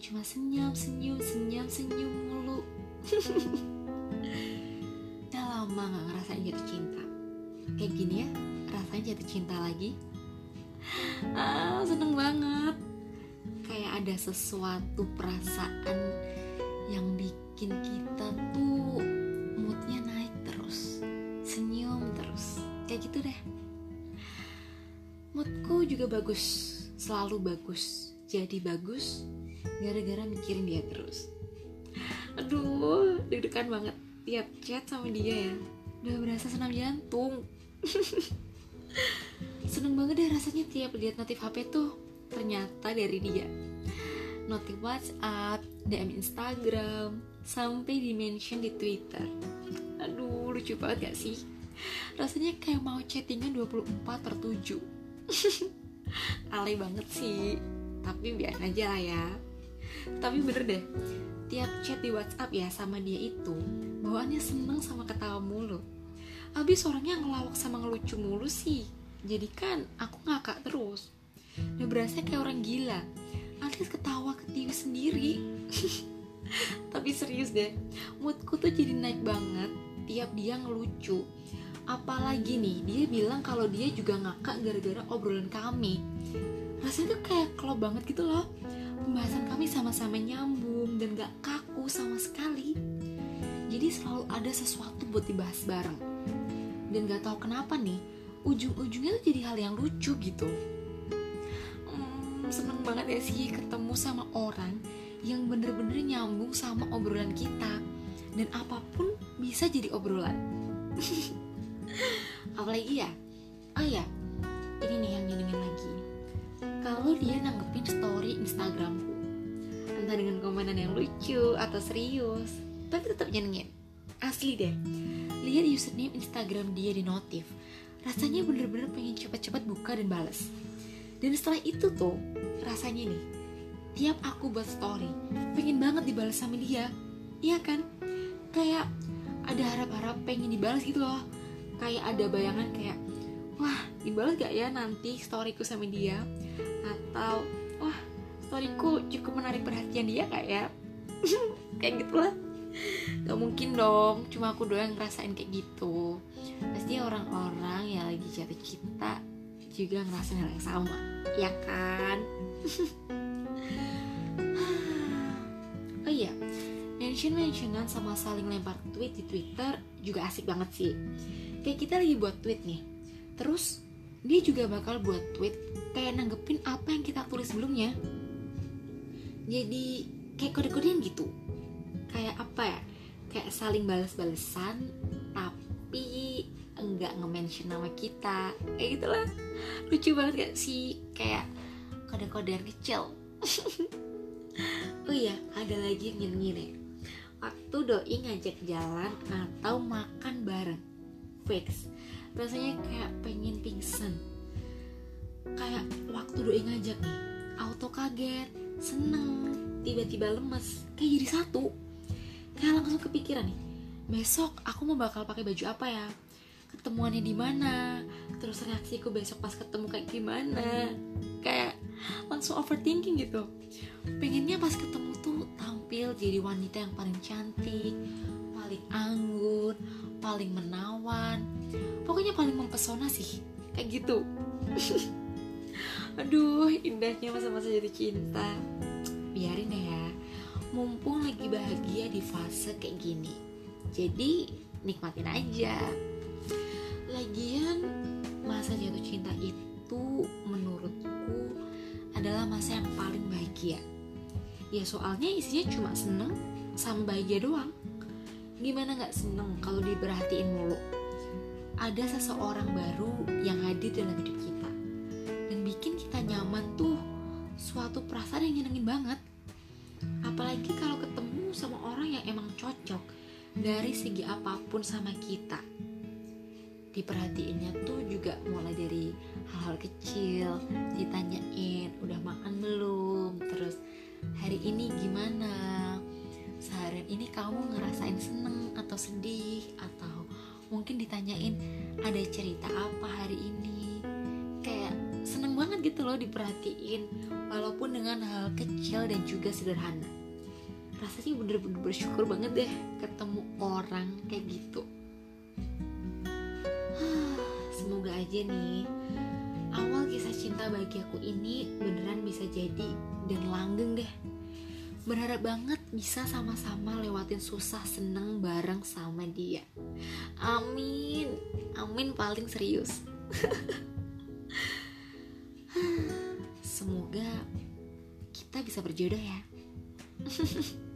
cuma senyum mulu. Udah lama gak ngerasain jatuh cinta. Kayak gini ya, rasanya jatuh cinta lagi. Seneng banget. Kayak ada sesuatu perasaan yang bikin kita tuh moodnya naik terus, senyum terus, kayak gitu deh. Moodku juga bagus, selalu bagus. Jadi bagus gara-gara mikirin dia terus. Aduh, deg-degan banget tiap chat sama dia ya. Udah berasa senam jantung. Seneng banget deh rasanya tiap lihat notif HP tuh ternyata dari dia. Notif WhatsApp, DM Instagram, sampai di-mention di Twitter. Aduh, lucu banget gak sih? Rasanya kayak mau chattingan 24/7. Alay banget sih, tapi biar aja lah ya. Tapi bener deh, tiap chat di WhatsApp ya sama dia itu bawaannya seneng sama ketawa mulu. Abis orangnya ngelawak sama ngelucu mulu sih. Jadi kan aku ngakak terus. Udah berasa kayak orang gila, alias ketawa ke diri sendiri. Tapi serius deh, moodku tuh jadi naik banget tiap dia ngelucu. Apalagi nih, dia bilang kalau dia juga ngakak gara-gara obrolan kami. Rasanya tuh kayak klop banget gitu loh. Pembahasan kami sama-sama nyambung dan gak kaku sama sekali. Jadi selalu ada sesuatu buat dibahas bareng. Dan gak tahu kenapa nih, ujung-ujungnya tuh jadi hal yang lucu gitu. Seneng banget ya sih ketemu sama orang yang bener-bener nyambung sama obrolan kita. Dan apapun bisa jadi obrolan. Apalagi ya, oh ya, ini nih yang nyenengin lagi. Kalau dia nanggepin story Instagramku, entah dengan komenan yang lucu atau serius, tapi tetap nyenengin. Asli deh, lihat username Instagram dia di notif, rasanya bener-bener pengen cepet-cepet buka dan balas. Dan setelah itu tuh, rasanya nih, tiap aku buat story, pengen banget dibalas sama dia. Iya kan? Kayak ada harap-harap pengen dibalas gitu loh. Kayak ada bayangan kayak, wah dibalas gak ya nanti storyku sama dia? Atau, wah storyku cukup menarik perhatian dia gak ya? Kayak gitu lah. Gak mungkin dong, cuma aku doang ngerasain kayak gitu. Pasti orang-orang yang lagi jatuh cinta juga ngerasain hal yang sama, ya kan? Oh iya, mention-mentionan sama saling lempar tweet di Twitter juga asik banget sih. Kayak kita lagi buat tweet nih, terus dia juga bakal buat tweet kayak nanggepin apa yang kita tulis sebelumnya. Jadi kayak kode-kodean gitu. Kayak apa ya? Kayak saling balas-balesan tapi enggak nge-mention nama kita. Kayak gitulah. Lucu banget gak sih? Kayak kode-kodean kecil. Oh iya, ada lagi yang nyenengin. Waktu doi ngajak jalan atau makan bareng, fix rasanya kayak pengen pingsan. Kayak waktu doi ngajak nih, auto kaget, seneng, tiba-tiba lemes, kayak jadi satu. Kayak langsung kepikiran nih, besok aku mau bakal pakai baju apa ya, ketemuannya di mana, terus reaksiku besok pas ketemu kayak gimana. Kayak langsung overthinking gitu. Pengennya pas ketemu tuh tampil jadi wanita yang paling cantik, paling anggun, paling menawan, pokoknya paling mempesona sih, kayak gitu. Aduh, indahnya masa-masa jatuh cinta. Biarin deh ya, mumpung lagi bahagia di fase kayak gini, jadi nikmatin aja. Lagian masa jatuh cinta itu menurutku adalah masa yang paling bahagia. Ya soalnya isinya cuma seneng sama bahagia doang. Gimana gak seneng kalau diperhatiin mulu? Ada seseorang baru yang hadir dalam hidup kita dan bikin kita nyaman tuh, suatu perasaan yang nyenengin banget. Apalagi kalau ketemu sama orang yang emang cocok dari segi apapun sama kita. Diperhatiinnya tuh juga mulai dari hal-hal kecil, ditanyain udah makan belum, terus hari ini gimana, seharian ini kamu ngerasain seneng atau sedih, atau mungkin ditanyain ada cerita apa hari ini. Kayak seneng banget gitu loh diperhatiin, walaupun dengan hal kecil dan juga sederhana. Rasanya bener-bener bersyukur banget deh ketemu orang kayak gitu. Semoga aja nih awal kisah cinta bagi aku ini beneran bisa jadi dan langgeng deh. Berharap banget bisa sama-sama lewatin susah seneng bareng sama dia. Amin, amin paling serius. Semoga kita bisa berjodoh ya.